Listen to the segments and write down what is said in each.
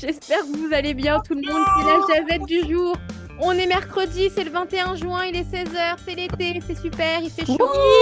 J'espère que vous allez bien tout le monde, c'est la Jazette du jour. On est mercredi, c'est le 21 juin, il est 16h, c'est l'été, c'est super, il fait chaud.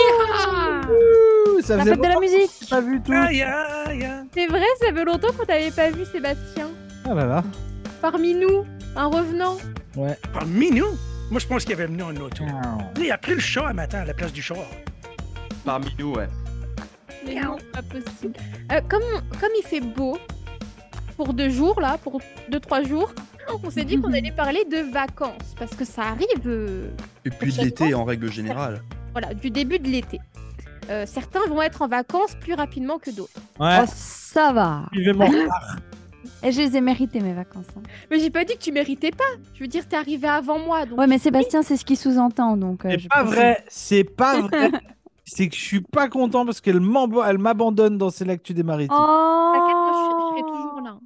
Ça La faisait fête de la longtemps que musique. j'ai pas vu tout. Aïe, aïe, aïe. C'est vrai, ça fait longtemps qu'on t'avait pas vu Sébastien. Ah là là. Parmi nous, un revenant. Ouais. Parmi nous? Moi, je pense qu'il y avait venu un autre. Il a pris le chat un matin à la place du chat. Parmi nous, ouais. Mais non, pas possible. Comme il fait beau, pour 2 jours là, pour 2-3 jours, on s'est dit qu'on allait parler de vacances, parce que ça arrive... Et puis de l'été en règle générale. Voilà, du début de l'été. Certains vont être en vacances plus rapidement que d'autres. Ouais. Oh, ça va. Je vais m'en retard. Et je les ai méritées, mes vacances. Hein. Mais j'ai pas dit que tu méritais pas. Je veux dire, t'es arrivé avant moi. Donc... Ouais, mais Sébastien, c'est ce qu'il sous-entend. Donc, C'est je pas précise. vrai. C'est pas vrai. C'est que je suis pas content parce qu'elle elle m'abandonne dans C'est l'actu des maritimes. T'inquiète, moi, je Oh serai toujours là.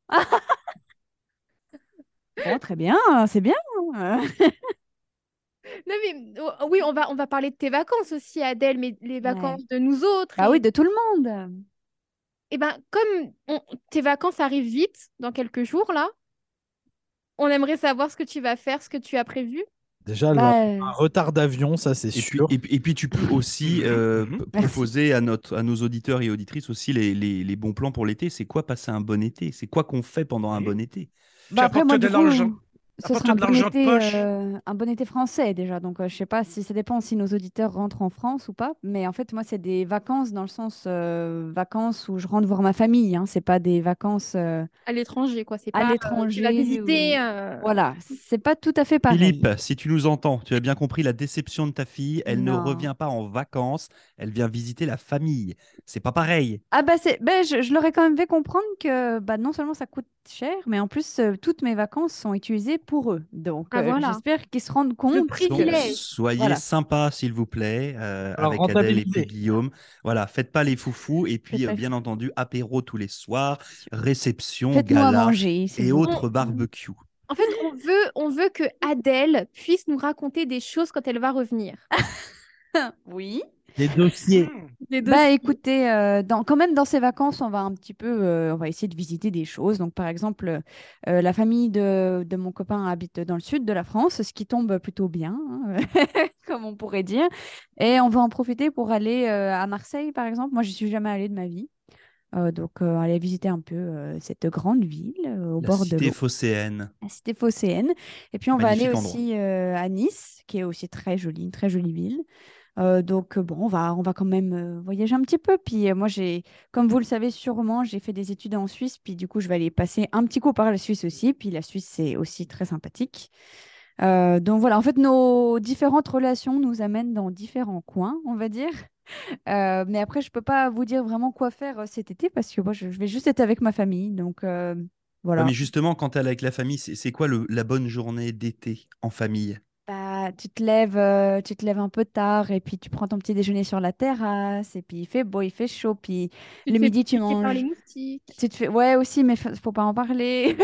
Bon, très bien, c'est bien. Non mais oui, on va parler de tes vacances aussi, Adèle, mais les vacances de nous autres. Bah et... oui, de tout le monde. Et ben, comme tes vacances arrivent vite, dans quelques jours là, on aimerait savoir ce que tu vas faire, ce que tu as prévu. Déjà, elle va avoir un retard d'avion, ça c'est Et puis, sûr. et puis tu peux aussi proposer à nos auditeurs et auditrices aussi les bons plans pour l'été. C'est quoi passer un bon été? C'est quoi qu'on fait pendant un bon été? Bah après, moi, du de coup, l'argent. ce Apporte sera un de bon l'argent de été, poche. un bon été français déjà. Donc, je sais pas si ça dépend si nos auditeurs rentrent en France ou pas. Mais en fait, moi, c'est des vacances dans le sens vacances où je rentre voir ma famille. Hein. C'est pas des vacances À l'étranger, quoi. C'est à pas tu vas l'étranger. visiter. Voilà, c'est pas tout à fait pareil. Philippe, si tu nous entends, tu as bien compris la déception de ta fille. Elle ne Non. revient pas en vacances, elle vient visiter la famille. C'est pas pareil. Ah bah je leur ai quand même fait comprendre que bah, non seulement ça coûte cher, mais en plus toutes mes vacances sont utilisées pour eux. Donc Voilà. j'espère qu'ils se rendent compte. Donc, privilège. soyez Voilà. sympas, s'il vous plaît, Alors, avec Adèle et rentabiliser. puis Guillaume. Voilà, faites pas les foufous. Et puis, Faites pas bien les entendu, apéro tous les soirs, réception, Faites-nous à gala manger, s'il et vous autres plaît. barbecues. En fait, on veut que Adèle puisse nous raconter des choses quand elle va revenir. Oui. Des dossiers. Des Bah dossiers. écoutez, quand même dans ces vacances, on va un petit peu, on va essayer de visiter des choses. Donc par exemple, la famille de mon copain habite dans le sud de la France, ce qui tombe plutôt bien, hein, comme on pourrait dire. Et on va en profiter pour aller à Marseille, par exemple. Moi, je suis jamais allée de ma vie. Donc aller visiter un peu cette grande ville au La bord de cité l'eau, phocéenne. la cité phocéenne. Et puis on va aller Magnifique endroit. aussi à Nice, qui est aussi très jolie, une très jolie ville. Donc bon, on va quand même voyager un petit peu. Puis moi, comme vous le savez sûrement, j'ai fait des études en Suisse. Puis du coup, je vais aller passer un petit coup par la Suisse aussi. Puis la Suisse, c'est aussi très sympathique. Donc voilà, en fait, nos différentes relations nous amènent dans différents coins, on va dire. Mais après, je peux pas vous dire vraiment quoi faire cet été parce que moi, je vais juste être avec ma famille. Donc Ouais, voilà. mais justement, quand tu es avec la famille, c'est quoi la bonne journée d'été en famille? Bah, tu te lèves un peu tard et puis tu prends ton petit déjeuner sur la terrasse et puis il fait beau, il fait chaud. Puis Tu le te fais midi, tu piquer par les manges. moustiques. Tu te fais... Ouais, aussi, mais faut pas en parler.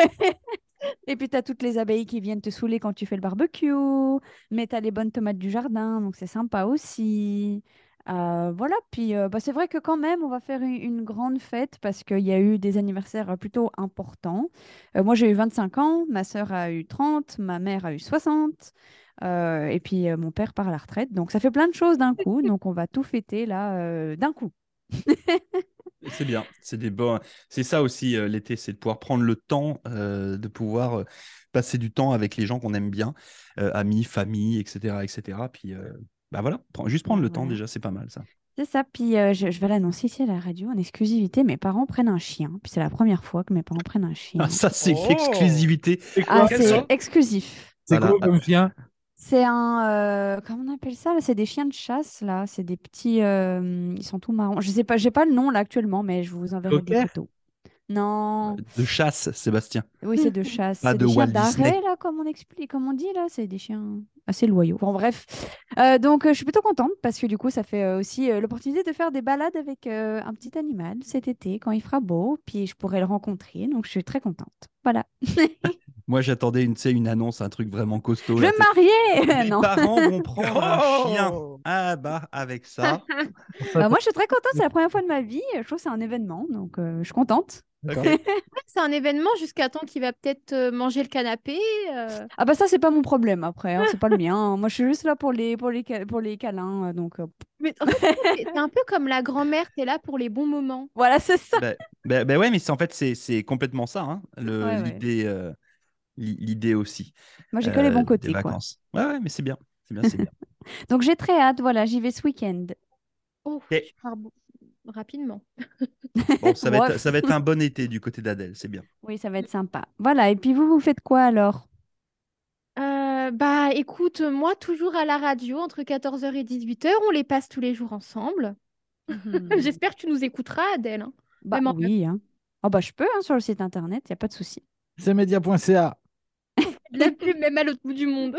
Et puis, tu as toutes les abeilles qui viennent te saouler quand tu fais le barbecue. Mais tu as les bonnes tomates du jardin, donc c'est sympa aussi. Voilà, puis bah, c'est vrai que quand même, on va faire une grande fête parce qu'il y a eu des anniversaires plutôt importants. Moi, j'ai eu 25 ans, ma sœur a eu 30, ma mère a eu 60, et puis mon père part à la retraite. Donc, ça fait plein de choses d'un coup. Donc, on va tout fêter là d'un coup. C'est bien, c'est ça aussi l'été, c'est de pouvoir prendre le temps de pouvoir passer du temps avec les gens qu'on aime bien, amis, famille, etc., etc. Puis bah voilà, juste prendre le temps Voilà. déjà, c'est pas mal ça. C'est ça, puis je vais l'annoncer ici à la radio en exclusivité. Mes parents prennent un chien, puis c'est la première fois que mes parents prennent un chien. Ah, ça c'est Oh! l'exclusivité. C'est Ah, quoi, Quelle c'est sorte? exclusif. c'est Voilà. quoi comme chien? C'est un, comment on appelle ça là? C'est des chiens de chasse là. C'est des petits, ils sont tout marrons. Je sais pas, j'ai pas le nom là actuellement, mais je vous enverrai des Cocker? photos. Non, De chasse, Sébastien, oui c'est de chasse. pas C'est de des chiens Walt d'arrêt Disney. là, comme on explique, comme on dit là. C'est des chiens assez loyaux. Bon bref, donc je suis plutôt contente parce que du coup ça fait aussi l'opportunité de faire des balades avec un petit animal cet été quand il fera beau, puis je pourrai le rencontrer. Donc je suis très contente. Voilà. Moi, j'attendais une annonce, un truc vraiment costaud. Je Là, vais me marier! mes Non. parents vont prendre un chien. Oh! Ah bah, avec ça. Bah, moi, je suis très contente. C'est la première fois de ma vie. Je trouve que c'est un événement. Donc, je suis contente. Ok. C'est un événement jusqu'à temps qu'il va peut-être manger le canapé. Ah bah ça, c'est pas mon problème après. Hein, c'est pas le mien. Hein. Moi, je suis juste là pour les câlins. Donc, Mais en fait, c'est un peu comme la grand-mère, t'es là pour les bons moments. voilà, c'est ça. Ben ouais, mais en fait, c'est complètement ça, hein, Ouais, ouais. l'idée aussi Moi, j'ai que les bons des côtés, quoi. vacances. Ouais, mais c'est bien. C'est bien, c'est bien. Donc, j'ai très hâte. Voilà, j'y vais ce week-end. Oh, Ok. tu pars rapidement. Bon, Bref. ça va être un bon été du côté d'Adèle, c'est bien. Oui, ça va être sympa. Voilà. Et puis, vous faites quoi alors? Bah écoute, moi toujours à la radio entre 14h et 18h, on les passe tous les jours ensemble. Mhm. J'espère que tu nous écouteras, Adèle, hein. Bah Même en oui. Hein. Oh, bah, je peux hein, sur le site internet. Il n'y a pas de souci. C'est media.ca. de la pub, même à l'autre bout du monde.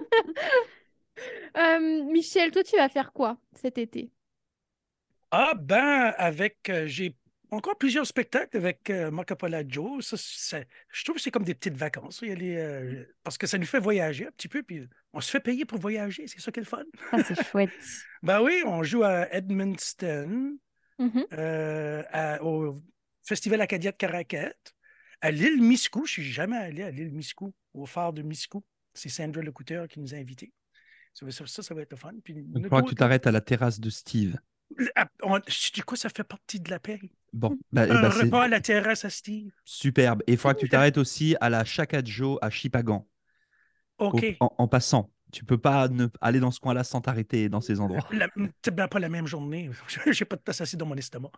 Michel, toi tu vas faire quoi cet été? Ah ben, j'ai encore plusieurs spectacles avec Marco Polo Joe. Je trouve que c'est comme des petites vacances. Parce que ça nous fait voyager un petit peu, puis on se fait payer pour voyager. C'est ça qui est le fun. Ça, c'est chouette. Ben oui, on joue à Edmundston, Mhm. au Festival Acadia de Caracat, à l'île Miscou. Je suis jamais allé à l'île Miscou, au phare de Miscou. C'est Sandra Lecouteur qui nous a invités. Ça va être le fun. Puis, Il faudra que tu t'arrêtes à la terrasse de Steve. du coup, ça fait partie de la paye. Bon, Un c'est repas à la terrasse à Steve. superbe. Et il faudra que tu t'arrêtes aussi à la Chakajo à Chipagan, OK. en passant. Tu peux pas aller dans ce coin-là sans t'arrêter dans ces endroits. C'est bien pas la même journée. J'ai pas de place assise dans mon estomac.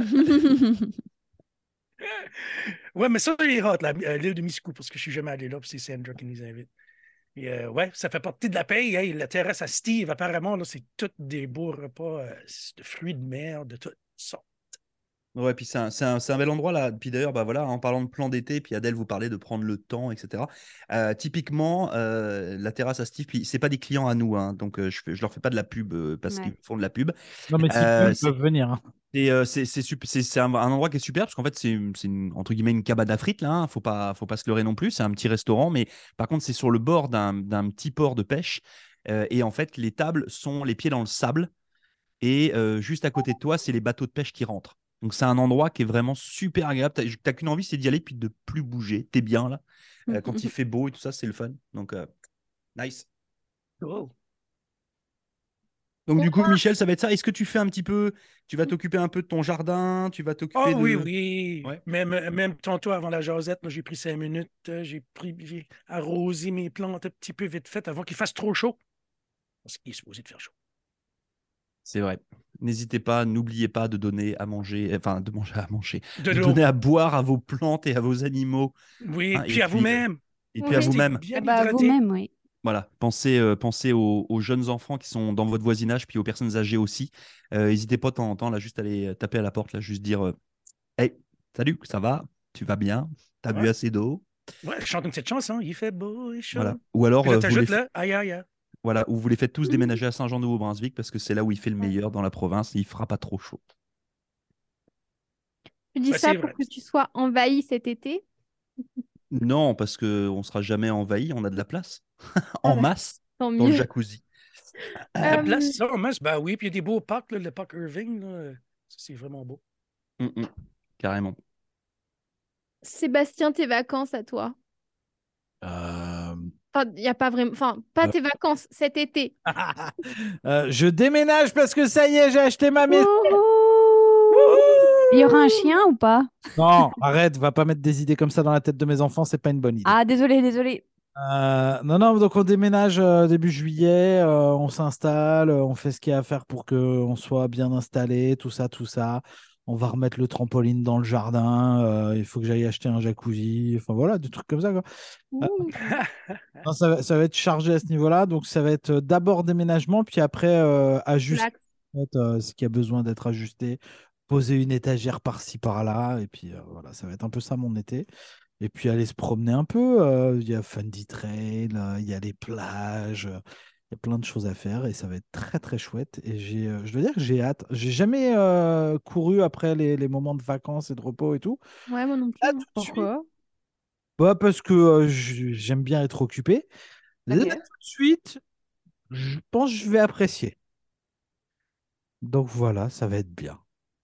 Ouais, mais ça, j'ai hâte, l'île de Miscou, parce que je suis jamais allé là, puis c'est Sandra qui nous invite. Et, ouais, ça fait partie de la paye. Hey, la terrasse à Steve, apparemment, là, c'est tous des beaux repas de fruits de mer, de toutes sortes. Ouais, puis c'est un bel endroit là. Puis d'ailleurs, bah voilà, en parlant de plan d'été, puis Adèle vous parlait de prendre le temps, etc. Typiquement, la terrasse à Steve, puis c'est pas des clients à nous, hein, donc je leur fais pas de la pub parce qu'ils Ouais. font de la pub. Non, mais s'ils peuvent, ils C'est peuvent venir. Hein. c'est un endroit qui est super parce qu'en fait, entre guillemets une cabane à frites là. Hein, faut pas se leurrer non plus. C'est un petit restaurant, mais par contre, c'est sur le bord d'un petit port de pêche. Et en fait, les tables sont les pieds dans le sable. Et juste à côté de toi, c'est les bateaux de pêche qui rentrent. Donc, c'est un endroit qui est vraiment super agréable. T'as qu'une envie, c'est d'y aller puis de plus bouger. T'es bien là. Quand il fait beau et tout ça, c'est le fun. Donc, nice. Oh. Donc, du coup, Michel, ça va être ça. Est-ce que tu fais un petit peu, tu vas t'occuper un peu de ton jardin, tu vas Oh t'occuper oui, de. oui. Ouais. Même tantôt avant la jasette, j'ai pris 5 minutes. J'ai arrosé mes plantes un petit peu vite fait avant qu'il fasse trop chaud. Parce qu'il est supposé de faire chaud. C'est vrai. N'hésitez pas, n'oubliez pas de donner à manger, enfin, de manger à manger, De de l'eau. donner à boire à vos plantes et à vos animaux. Oui, Hein, puis à vous-même. et puis à Oui. Restez vous-même. bien Ah bah, hydraté. vous-même, oui. Voilà, pensez aux jeunes enfants qui sont dans votre voisinage, puis aux personnes âgées aussi. N'hésitez pas de temps en temps, là, juste aller taper à la porte, là, juste dire Hey, salut, ça va? Tu vas bien? T'as bu Ouais, assez d'eau? ouais, je chante une petite chanson. Il fait beau et Voilà. chaud. Ou alors, Puis là, t'ajoutes là, aïe, aïe, aïe. voilà, ou vous les faites tous déménager à Saint-Jean-de-Nouveau-Brunswick parce que c'est là où il fait le meilleur dans la province et il fera pas trop chaud. Tu dis Ben, ça c'est pour vrai. que tu sois envahi cet été? Non, parce qu'on ne sera jamais envahi, on a de la place Ah en bah, masse tant dans le mieux. jacuzzi. La Euh, place, ça, en masse, ben oui. Puis il y a des beaux parcs, là, le parc Irving. Là, ça, c'est vraiment beau. Mm, mm, carrément. Sébastien, tes vacances à toi? Euh, Enfin, il y a pas vraiment. Enfin, pas tes vacances cet été. je déménage parce que ça y est, j'ai acheté ma maison. Wouhou! Il y aura un chien ou pas? Non, arrête, va pas mettre des idées comme ça dans la tête de mes enfants, c'est pas une bonne idée. Ah, désolé, désolé. Non, non, donc on déménage début juillet, on s'installe, on fait ce qu'il y a à faire pour qu'on soit bien installé, tout ça, tout ça. On va remettre le trampoline dans le jardin, il faut que j'aille acheter un jacuzzi, enfin voilà, des trucs comme ça, quoi. Euh, Ouh. non, ça va être chargé à ce niveau-là, donc ça va être d'abord déménagement, puis après ajuster Relax. en fait, ce qui a besoin d'être ajusté, poser une étagère par-ci, par-là, et puis voilà, ça va être un peu ça mon été. Et puis aller se promener un peu. Il y a Fundy Trail, il y a les plages, il y a plein de choses à faire et ça va être très très chouette. Et je dois dire que j'ai hâte. J'ai jamais couru après les moments de vacances et de repos et tout. Ouais, moi non plus, Là, hein. tout de suite, Pourquoi? Bah, parce que j'aime bien être occupé. Là, Ok. tout de suite, je pense que je vais apprécier. Donc voilà, ça va être bien.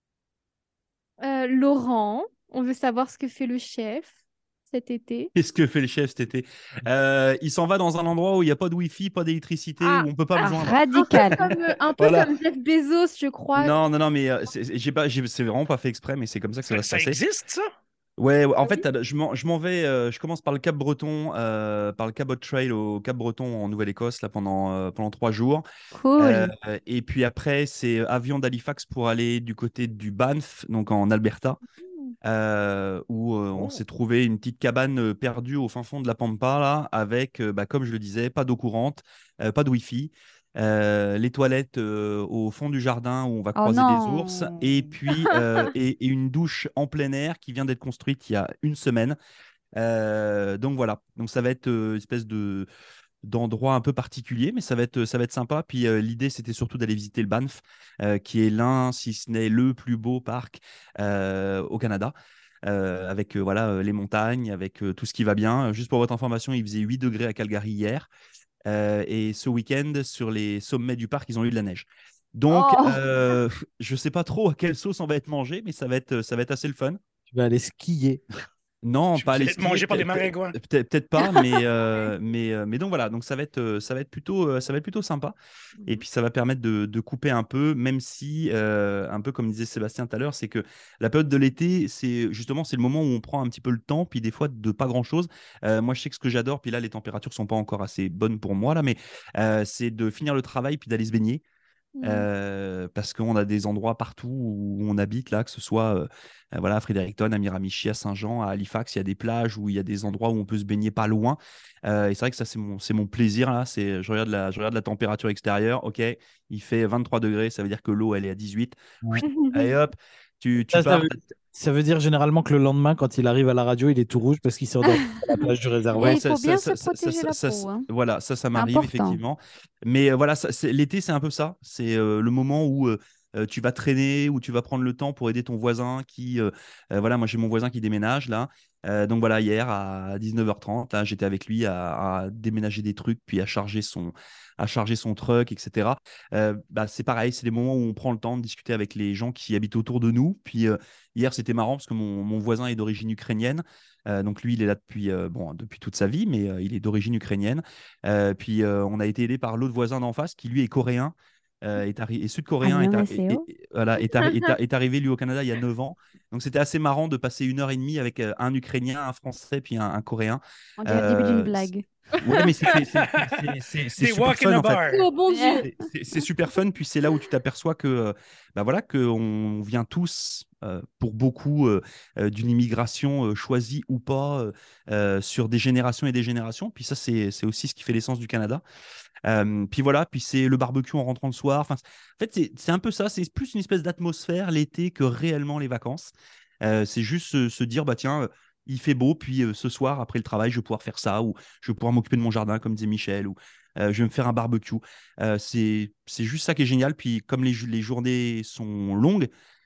Laurent, on veut savoir ce que fait le chef cet été. Qu'est-ce que fait le chef cet été? Il s'en va dans un endroit où il n'y a pas de wifi, pas d'électricité, Ah, où on ne peut pas le Ah, joindre. radical. un peu Voilà. comme Jeff Bezos, je crois. Non, non, non, mais c'est vraiment pas fait exprès, mais c'est comme ça que ça va se Ça passer. existe, ça? Ouais, ouais, en Ah fait, oui. je m'en vais, je commence par le Cap Breton, par le Cabot Trail au Cap Breton en Nouvelle-Écosse là pendant 3 jours. Euh, Cool. et puis après, c'est avion d'Halifax pour aller du côté du Banff, donc en Alberta, où on Oh. s'est trouvé une petite cabane perdue au fin fond de la Pampa là, avec, comme je le disais, pas d'eau courante, pas de Wi-Fi. Les toilettes au fond du jardin où on va Oh croiser des ours et non. puis et une douche en plein air qui vient d'être construite il y a une semaine. Donc voilà, donc ça va être une espèce de d'endroit un peu particulier, mais ça va être sympa. Puis l'idée, c'était surtout d'aller visiter le Banff, qui est l'un, si ce n'est le plus beau parc au Canada. Avec voilà, les montagnes, avec tout ce qui va bien. Juste pour votre information, il faisait 8 degrés à Calgary hier. Et ce week-end, sur les sommets du parc, ils ont eu de la neige. Donc, Oh. je ne sais pas trop à quelle sauce on va être mangé, mais ça va être assez le fun. Je vais aller skier. Non, pas Vous aller allez être skier, mangé par des maringouins. peut-être pas, mais donc voilà, donc ça va être plutôt sympa. Et puis ça va permettre de couper un peu, même si, un peu comme disait Sébastien tout à l'heure, c'est que la période de l'été, c'est le moment où on prend un petit peu le temps, puis des fois de pas grand-chose. Moi, je sais que ce que j'adore, puis là, les températures sont pas encore assez bonnes pour moi, là, mais c'est de finir le travail, puis d'aller se baigner. Mm. Parce qu'on a des endroits partout où on habite, là, que ce soit voilà, à Fredericton, à Miramichi, à Saint-Jean, à Halifax, il y a des plages où il y a des endroits où on peut se baigner pas loin. Et c'est vrai que ça, c'est mon plaisir. Là. Je regarde la température extérieure. OK, il fait 23 degrés, ça veut dire que l'eau, elle est à 18. Ouais. Allez hop, tu Ça pars. ça veut dire généralement que le lendemain, quand il arrive à la radio, il est tout rouge parce qu'il s'est endormi à la plage du Et Ouais, réservoir. il faut bien se protéger la peau, hein. voilà, ça C'est m'arrive important. effectivement. Mais voilà, l'été, c'est un peu ça. C'est le moment où tu vas traîner, où tu vas prendre le temps pour aider ton voisin qui, voilà, moi j'ai mon voisin qui déménage là. Donc voilà, hier à 19h30, là, j'étais avec lui à déménager des trucs, puis à charger son truck, etc. Bah, c'est pareil, c'est des moments où on prend le temps de discuter avec les gens qui habitent autour de nous. Puis hier, c'était marrant parce que mon voisin est d'origine ukrainienne. Donc lui, il est là depuis toute sa vie, mais il est d'origine ukrainienne. Puis on a été aidé par l'autre voisin d'en face qui lui est coréen. Et sud-coréen 안녕하세요. voilà, est arrivé lui au Canada il y a 9 ans. Donc c'était assez marrant de passer 1 heure et demie avec un Ukrainien, un Français, puis un Coréen. On dirait le début d'une Euh, blague. ouais, mais c'est Des super walk in fun a en fait. bar. Oh bon Dieu. C'est super fun, puis c'est là où tu t'aperçois que, bah voilà, qu'on vient tous, pour beaucoup, d'une immigration choisie ou pas, sur des générations et des générations. Puis ça, c'est aussi ce qui fait l'essence du Canada. Puis voilà, puis c'est le barbecue en rentrant le soir. Enfin, en fait, c'est un peu ça. C'est plus une espèce d'atmosphère l'été que réellement les vacances. C'est juste se dire, bah tiens, il fait beau, puis ce soir, après le travail, je vais pouvoir faire ça, ou je vais pouvoir m'occuper de mon jardin, comme disait Michel, ou je vais me faire un barbecue. C'est juste ça qui est génial. Puis comme les journées sont longues,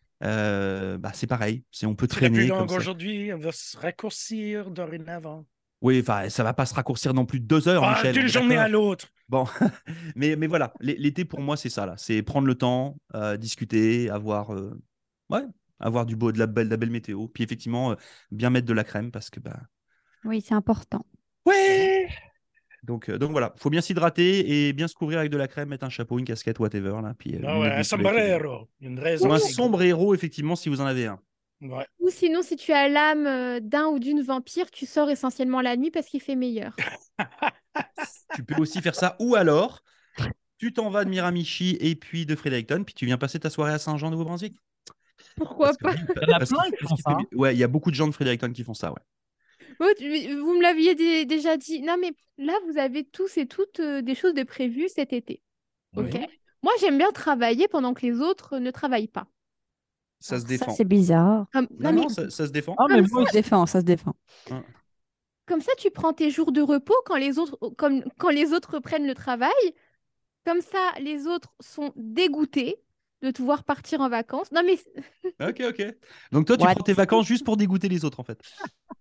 bah, c'est pareil. On peut C'est la plus traîner comme longue ça. aujourd'hui. Elle va se raccourcir dorénavant. Oui, enfin, ça va pas se raccourcir non plus de 2 heures, Ah, Michel, on d'une est journée à d'accord. l'autre. Bon, mais voilà, l'été pour moi, c'est ça, là. C'est prendre le temps, discuter, ouais, avoir de la belle météo. Puis effectivement, bien mettre de la crème parce que, bah, Oui, c'est important. ouais. Donc voilà, faut bien s'hydrater et bien se couvrir avec de la crème, mettre un chapeau, une casquette, whatever, là. Puis Ah ouais, lunettes un de soleil. sombrero. Une Ou raison un assez grande. sombrero, effectivement, si vous en avez un. Ouais. Ou sinon, si tu as l'âme d'un ou d'une vampire, tu sors essentiellement la nuit parce qu'il fait meilleur. Tu peux aussi faire ça. Ou alors, tu t'en vas de Miramichi et puis de Fredericton, puis tu viens passer ta soirée à Saint-Jean, Nouveau-Brunswick. Pourquoi Parce que pas? oui, Il y en a parce plein qu'il qui parce font qu'il fait ça. bien. Ouais, il y a beaucoup de gens de Fredericton qui font ça, ouais. Oh, vous me l'aviez déjà dit. Non, mais là, vous avez tous et toutes des choses de prévues cet été. Ok? Oui. Moi, j'aime bien travailler pendant que les autres ne travaillent pas. Ça se Alors ça, défend. c'est bizarre. Non, Non, mais non, ça se défend. Ah, mais comme moi Ça se aussi. défend, ça se défend. Hein. comme ça, tu prends tes jours de repos quand les autres reprennent le travail. Comme ça, les autres sont dégoûtés de devoir partir en vacances. Non, mais Ok, ok. Donc toi, tu What? prends tes vacances juste pour dégoûter les autres, en fait.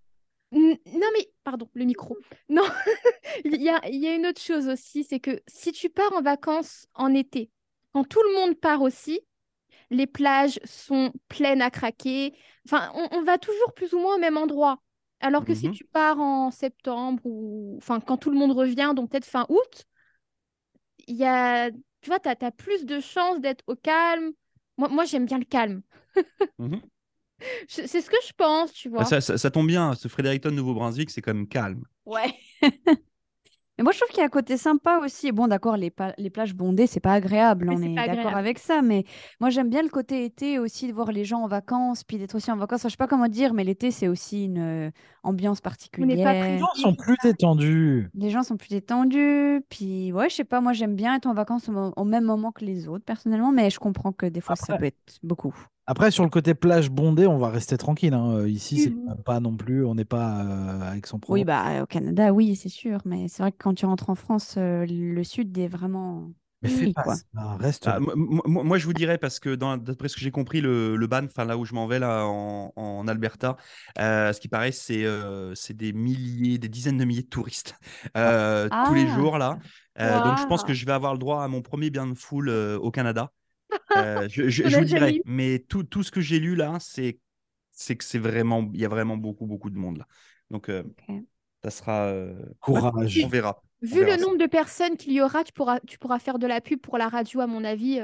Non, mais pardon, le micro. Non, il y a une autre chose aussi, c'est que si tu pars en vacances en été, quand tout le monde part aussi, les plages sont pleines à craquer. Enfin, on va toujours plus ou moins au même endroit. Alors que si Mhm. tu pars en septembre ou enfin quand tout le monde revient, donc peut-être fin août, il y a, tu vois, t'as plus de chances d'être au calme. Moi, j'aime bien le calme. Mhm. C'est ce que je pense, tu Ah, vois. ça tombe bien, ce Fredericton, Nouveau-Brunswick, c'est quand même calme. Ouais. Mais moi, je trouve qu'il y a un côté sympa aussi. Bon, d'accord, les plages bondées, c'est pas agréable, Mais on c'est est pas d'accord agréable. avec ça. Mais moi, j'aime bien le côté été aussi, de voir les gens en vacances, puis d'être aussi en vacances. Enfin, je sais pas comment dire, mais l'été, c'est aussi une ambiance On n'est pas particulière. Les gens sont pressé. plus détendus. Les gens sont plus détendus. Puis, ouais, je sais pas, moi, j'aime bien être en vacances au même moment que les autres, personnellement. Mais je comprends que des fois, ça Après, peut être beaucoup. après, sur le côté plage bondée, on va rester tranquille, hein. Ici, c'est quand Mhm. même pas non plus, on n'est pas à Oui, Aix-en-Provence. bah, au Canada, oui, c'est sûr. Mais c'est vrai que quand tu rentres en France, le sud est vraiment Mais fais pris, pas quoi. ça, reste Ah, là. moi, je vous dirais, parce que d'après ce que j'ai compris, le ban, enfin là où je m'en vais, là, en Alberta, ce qui paraît, c'est des milliers, des dizaines de milliers de touristes tous les Ah, jours, là. Donc, je pense que Waouh. je vais avoir le droit à mon premier bain de foule au Canada. On Je n'a vous jamais dirai, eu. mais tout ce que j'ai lu, là, c'est que c'est vraiment, il y a vraiment beaucoup, beaucoup de monde, là. Donc, ok. ça sera, Bah, on Courage. verra. On vu le verra ça. nombre de personnes qu'il y aura, tu pourras faire de la pub pour la radio, à mon avis.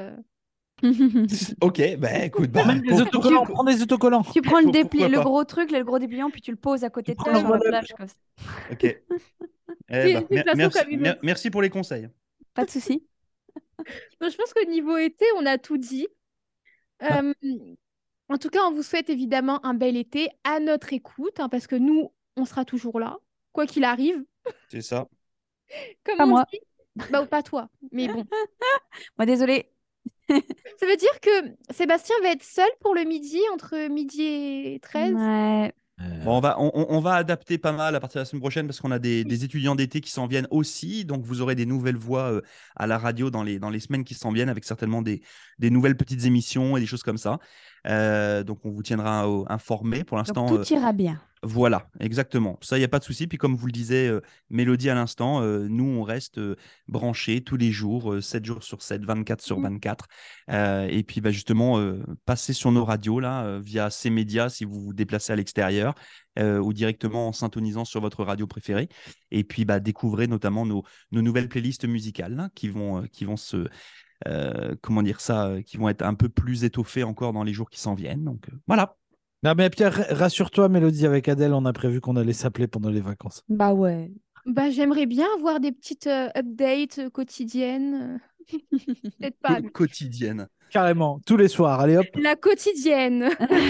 Ok, ben écoute, Emmène bah, des autocollants, prends des autocollants. Tu prends pourquoi le pas. gros truc, le gros dépliant, puis tu le poses à Tu côté de prends toi sur la l'enveloppe. plage, comme ça. Ok. Eh C'est ben, une façon merci, comme une autre. merci pour les conseils. Pas de souci. Donc, je pense qu'au niveau été, on a tout dit. Ouais. Euh, En tout cas, on vous souhaite évidemment un bel été à notre écoute, hein, parce que nous, on sera toujours là, quoi qu'il arrive. C'est ça. Comme Pas on moi. dit, bah pas toi, mais bon. Moi, désolée. Ça veut dire que Sébastien va être seul pour le midi, entre midi et 13. Ouais. Bon, on va adapter pas mal à partir de la semaine prochaine parce qu'on a des étudiants d'été qui s'en viennent aussi. Donc, vous aurez des nouvelles voix à la radio dans les semaines qui s'en viennent avec certainement des nouvelles petites émissions et des choses comme ça. Donc, on vous tiendra informés. Pour Donc, l'instant, tout ira bien. voilà, exactement. Ça, il n'y a pas de souci. Puis comme vous le disiez, Mélodie à l'instant, nous, on reste branchés tous les jours, 7 jours sur 7, 24 sur Mm. 24. Et puis bah, justement, passez sur nos radios là, via ces médias si vous vous déplacez à l'extérieur ou directement en syntonisant sur votre radio préférée. Et puis bah, découvrez notamment nos nouvelles playlists musicales là, qui vont se, comment dire ça, qui vont être un peu plus étoffées encore dans les jours qui s'en viennent. Donc voilà. Non, mais Pierre, rassure-toi, Mélodie, avec Adèle, on a prévu qu'on allait s'appeler pendant les vacances. Bah ouais. Bah, j'aimerais bien avoir des petites updates quotidiennes. Peut-être pas, mais Quotidienne. Carrément, tous les soirs. Allez hop. la quotidienne.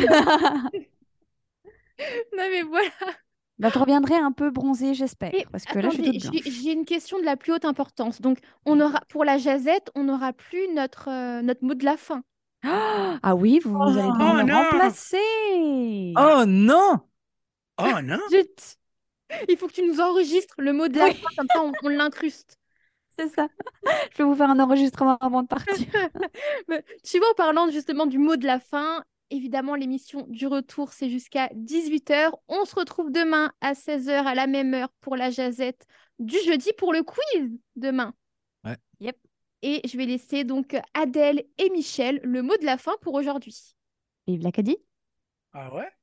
Non, mais voilà. Bah, je reviendrai un peu bronzée, j'espère, Et parce que là, je suis attendez, toute blanche. j'ai une question de la plus haute importance. Donc, on aura, pour la jazette, on n'aura plus notre mot de la fin. Ah oui, vous allez devoir Oh me non! remplacer. Oh non! Oh non! Zut! Il faut que tu nous enregistres le mot de la Oui, fin, comme ça on l'incruste. c'est ça. Je vais vous faire un enregistrement avant de partir. Mais, tu vois, en parlant justement du mot de la fin, évidemment, l'émission du retour, c'est jusqu'à 18h. On se retrouve demain à 16h à la même heure pour la jazette du jeudi pour le quiz demain. Ouais. Yep. Et je vais laisser donc Adèle et Michel le mot de la fin pour aujourd'hui. Vive l'Acadie. Ah ouais?